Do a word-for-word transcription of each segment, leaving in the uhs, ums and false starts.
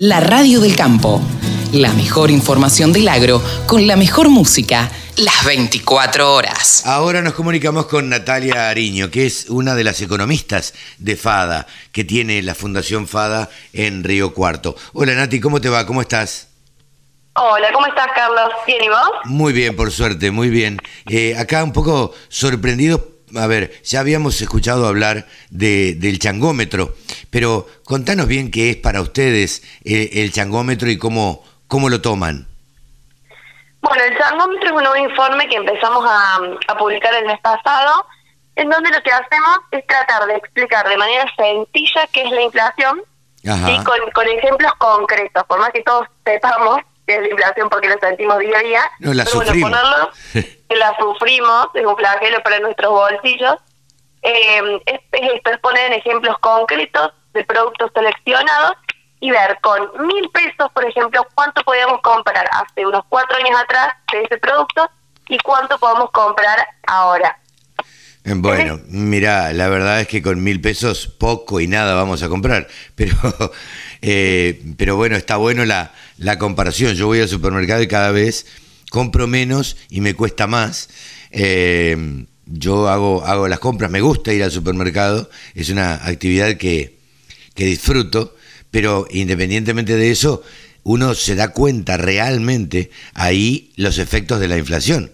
La radio del campo. La mejor información del agro con la mejor música las veinticuatro horas. Ahora nos comunicamos con Natalia Ariño, que es una de las economistas de FADA, que tiene la Fundación FADA en Río Cuarto. Hola Nati, ¿cómo te va? ¿Cómo estás? Hola, ¿cómo estás, Carlos? ¿Bien y vos? Muy bien, por suerte, muy bien. Eh, acá un poco sorprendido. A ver, ya habíamos escuchado hablar de, del changómetro, pero contanos bien qué es para ustedes eh, el changómetro y cómo, cómo lo toman. Bueno, el changómetro es un nuevo informe que empezamos a, a publicar el mes pasado, en donde lo que hacemos es tratar de explicar de manera sencilla qué es la inflación, y con, con ejemplos concretos, por más que todos sepamos qué es la inflación porque lo sentimos día a día. No, la pero sufrimos. Bueno, ponerlo, que la sufrimos, es un flagelo para nuestros bolsillos. Eh, es, es esto, es poner en ejemplos concretos de productos seleccionados y ver con mil pesos, por ejemplo, cuánto podíamos comprar hace unos cuatro años atrás de ese producto y cuánto podemos comprar ahora. Bueno, mira, la verdad es que con mil pesos poco y nada vamos a comprar, pero eh, pero bueno, está bueno la, la comparación. Yo voy al supermercado y cada vez compro menos y me cuesta más. Eh, yo hago hago las compras, me gusta ir al supermercado, es una actividad que, que disfruto, pero independientemente de eso, uno se da cuenta realmente ahí los efectos de la inflación.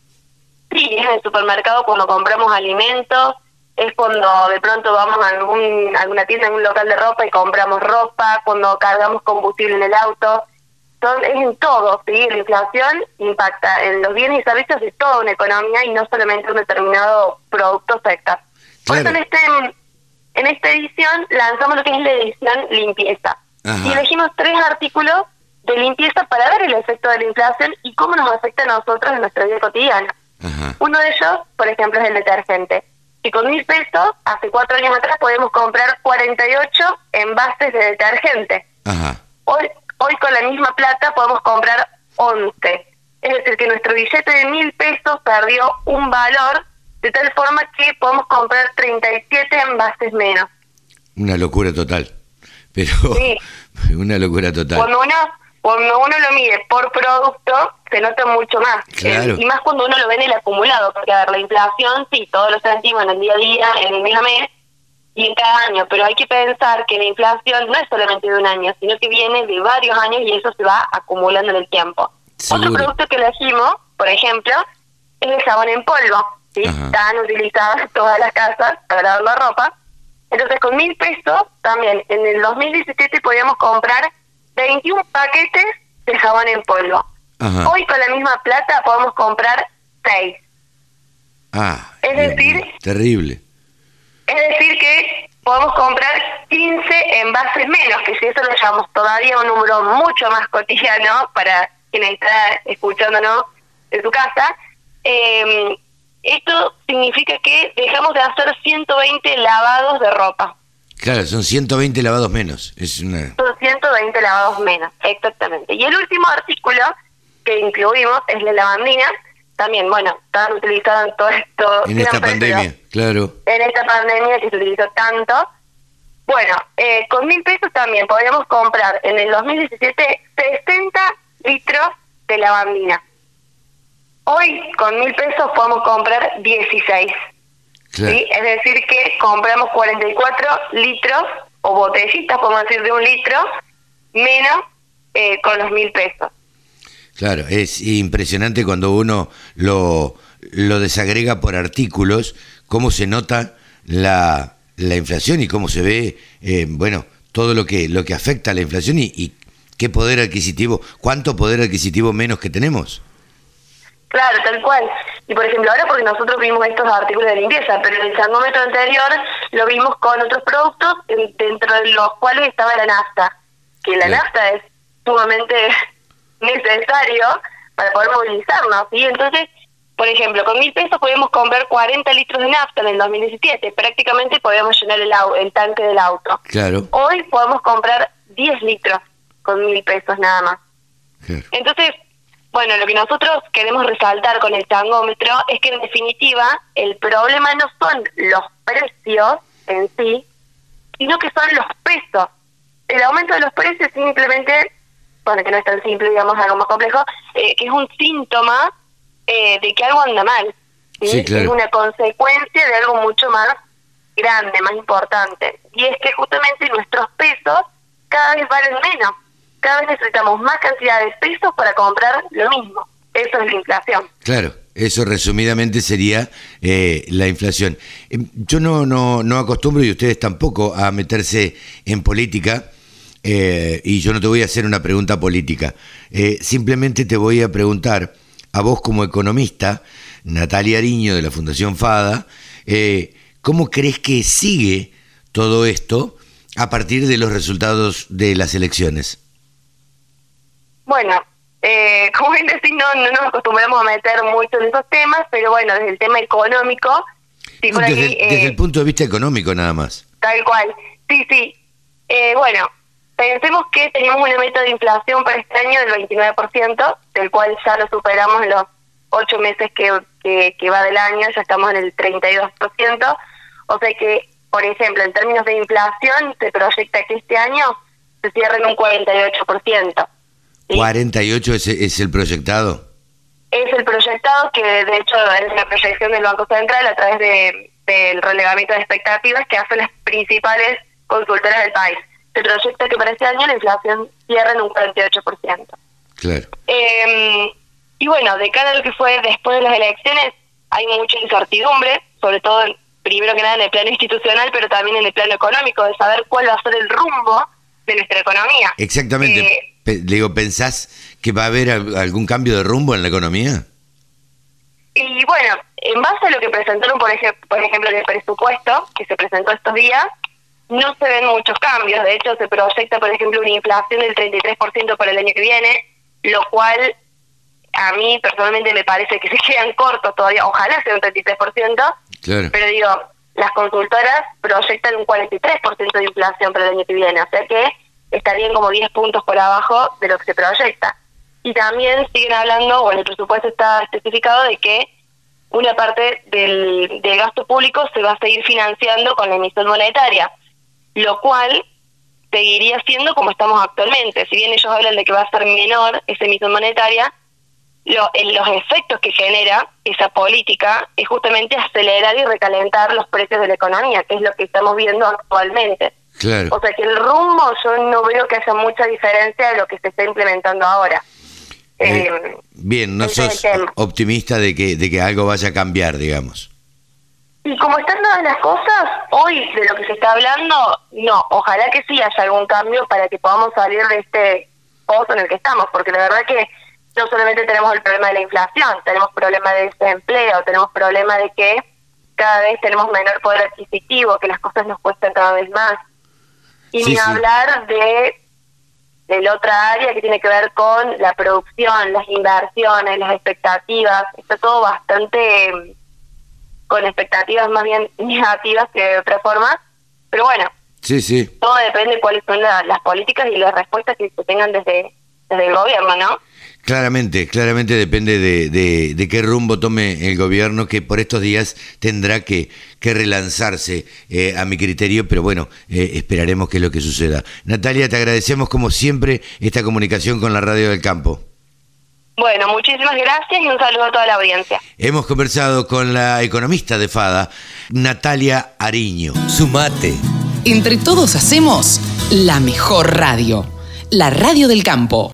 Sí, es en el supermercado cuando compramos alimentos, es cuando de pronto vamos a algún, alguna tienda, a algún local de ropa y compramos ropa, cuando cargamos combustible en el auto. Son, es en todo, ¿sí? La inflación impacta en los bienes y servicios de toda una economía y no solamente un determinado producto sector. Por eso en, este, en esta edición lanzamos lo que es la edición limpieza. Ajá. Y elegimos tres artículos de limpieza para ver el efecto de la inflación y cómo nos afecta a nosotros en nuestra vida cotidiana. Ajá. Uno de ellos, por ejemplo, es el detergente. Y con mil pesos, hace cuatro años atrás, podemos comprar cuarenta y ocho envases de detergente. Ajá. Hoy, hoy con la misma plata podemos comprar once. Es decir, que nuestro billete de mil pesos perdió un valor de tal forma que podemos comprar treinta y siete envases menos. Una locura total. Pero sí. Una locura total. Cuando uno... Cuando uno lo mide por producto, se nota mucho más. Claro. Eh, y más cuando uno lo ve en el acumulado, porque a ver, la inflación, sí, todos lo sentimos en el día a día, en el mes a mes y en cada año, pero hay que pensar que la inflación no es solamente de un año, sino que viene de varios años y eso se va acumulando en el tiempo. Seguro. Otro producto que elegimos, por ejemplo, es el jabón en polvo, ¿sí? Tan utilizado en todas las casas para lavar la ropa. Entonces, con mil pesos, también en el dos mil diecisiete podíamos comprar veintiún paquetes de jabón en polvo. Ajá. Hoy con la misma plata podemos comprar seis. Ah, es decir, terrible. Es decir que podemos comprar quince envases menos, que si eso lo llamamos todavía un número mucho más cotidiano para quien está escuchándonos en su casa, eh, esto significa que dejamos de hacer ciento veinte lavados de ropa. Claro, son ciento veinte lavados menos. Es una... Son ciento veinte lavados menos, exactamente. Y el último artículo que incluimos es la lavandina. También, bueno, están utilizados en todo esto. En esta pandemia, claro. En esta pandemia que se utilizó tanto. Bueno, eh, con mil pesos también podríamos comprar en el dos mil diecisiete sesenta litros de lavandina. Hoy con mil pesos podemos comprar dieciséis. Claro. ¿Sí? Es decir que compramos cuarenta y cuatro litros o botellitas, podemos decir, de un litro menos eh, con los mil pesos. Claro, es impresionante cuando uno lo, lo desagrega por artículos, cómo se nota la, la inflación y cómo se ve, eh, bueno, todo lo que lo que afecta a la inflación y, y qué poder adquisitivo, cuánto poder adquisitivo menos que tenemos. Claro, tal cual. Y por ejemplo, ahora porque nosotros vimos estos artículos de limpieza, pero en el changómetro anterior lo vimos con otros productos, dentro de los cuales estaba la nafta, que la sí. nafta es sumamente necesario para poder movilizarnos, ¿sí? Entonces, por ejemplo, con mil pesos podemos comprar cuarenta litros de nafta en el dos mil diecisiete, prácticamente podíamos llenar el, au- el tanque del auto. Claro. Hoy podemos comprar diez litros con mil pesos nada más. Claro. Entonces, bueno, lo que nosotros queremos resaltar con el changómetro es que en definitiva el problema no son los precios en sí, sino que son los pesos el aumento de los precios simplemente, bueno, que no es tan simple, digamos, algo más complejo, eh, que es un síntoma eh, de que algo anda mal. ¿Sí? Sí, claro. Es una consecuencia de algo mucho más grande, más importante. Y es que justamente nuestros pesos cada vez valen menos. Cada vez necesitamos más cantidad de pesos para comprar lo mismo. Eso es la inflación. Claro, eso resumidamente sería eh, la inflación. Eh, yo no, no, no acostumbro, y ustedes tampoco, a meterse en política, eh, y yo no te voy a hacer una pregunta política. Eh, simplemente te voy a preguntar, a vos como economista, Natalia Ariño de la Fundación FADA, eh, ¿cómo crees que sigue todo esto a partir de los resultados de las elecciones? Bueno, eh, como bien decís, no, no nos acostumbramos a meter mucho en esos temas, pero bueno, desde el tema económico... Sí, No, por desde, aquí, eh, desde el punto de vista económico nada más. Tal cual, sí, sí. Eh, bueno, pensemos que teníamos una meta de inflación para este año del veintinueve por ciento, del cual ya lo superamos en los ocho meses que, que, que va del año, ya estamos en el treinta y dos por ciento. O sea que, por ejemplo, en términos de inflación, se proyecta que este año se cierre en un cuarenta y ocho por ciento. ¿Sí? ¿cuarenta y ocho es, es el proyectado? Es el proyectado, que de hecho es la proyección del Banco Central a través de, del relevamiento de expectativas que hacen las principales consultoras del país. Se proyecta que para este año la inflación cierre en un cuarenta y ocho por ciento. Claro. Eh, y bueno, de cara a lo que fue después de las elecciones, hay mucha incertidumbre, sobre todo, primero que nada, en el plano institucional, pero también en el plano económico, de saber cuál va a ser el rumbo de nuestra economía. Exactamente. Eh, Pe- le digo, ¿pensás que va a haber al- algún cambio de rumbo en la economía? Y bueno, en base a lo que presentaron, por ejemplo, por ejemplo, en el presupuesto que se presentó estos días, no se ven muchos cambios. De hecho, se proyecta, por ejemplo, una inflación del treinta y tres por ciento para el año que viene, lo cual a mí personalmente me parece que se quedan cortos todavía. Ojalá sea un treinta y tres por ciento, Claro. pero digo, las consultoras proyectan un cuarenta y tres por ciento de inflación para el año que viene, o sea que estarían como diez puntos por abajo de lo que se proyecta. Y también siguen hablando, bueno, el presupuesto está especificado de que una parte del, del gasto público se va a seguir financiando con la emisión monetaria, lo cual seguiría siendo como estamos actualmente. Si bien ellos hablan de que va a ser menor esa emisión monetaria, lo, en los efectos que genera esa política es justamente acelerar y recalentar los precios de la economía, que es lo que estamos viendo actualmente. Claro. O sea que el rumbo yo no veo que haya mucha diferencia de lo que se está implementando ahora. Eh, Eh, bien, no ese es sos el tema. optimista de que, de que algo vaya a cambiar, digamos. Y como están dadas las cosas, hoy de lo que se está hablando, no, ojalá que sí haya algún cambio para que podamos salir de este pozo en el que estamos, porque la verdad que no solamente tenemos el problema de la inflación, tenemos problema de desempleo, tenemos problema de que cada vez tenemos menor poder adquisitivo, que las cosas nos cuestan cada vez más. Y Sí, ni sí. hablar de, de la otra área que tiene que ver con la producción, las inversiones, las expectativas. Está todo bastante eh, con expectativas más bien negativas que de otra forma. Pero bueno, Sí, sí. todo depende de cuáles son la- las políticas y las respuestas que se tengan desde, desde el gobierno, ¿no? Claramente, claramente depende de, de, de qué rumbo tome el gobierno, que por estos días tendrá que, que relanzarse eh, a mi criterio, pero bueno, eh, esperaremos qué es lo que suceda. Natalia, te agradecemos como siempre esta comunicación con la Radio del Campo. Bueno, muchísimas gracias y un saludo a toda la audiencia. Hemos conversado con la economista de FADA, Natalia Ariño. Sumate. Entre todos hacemos la mejor radio, la Radio del Campo.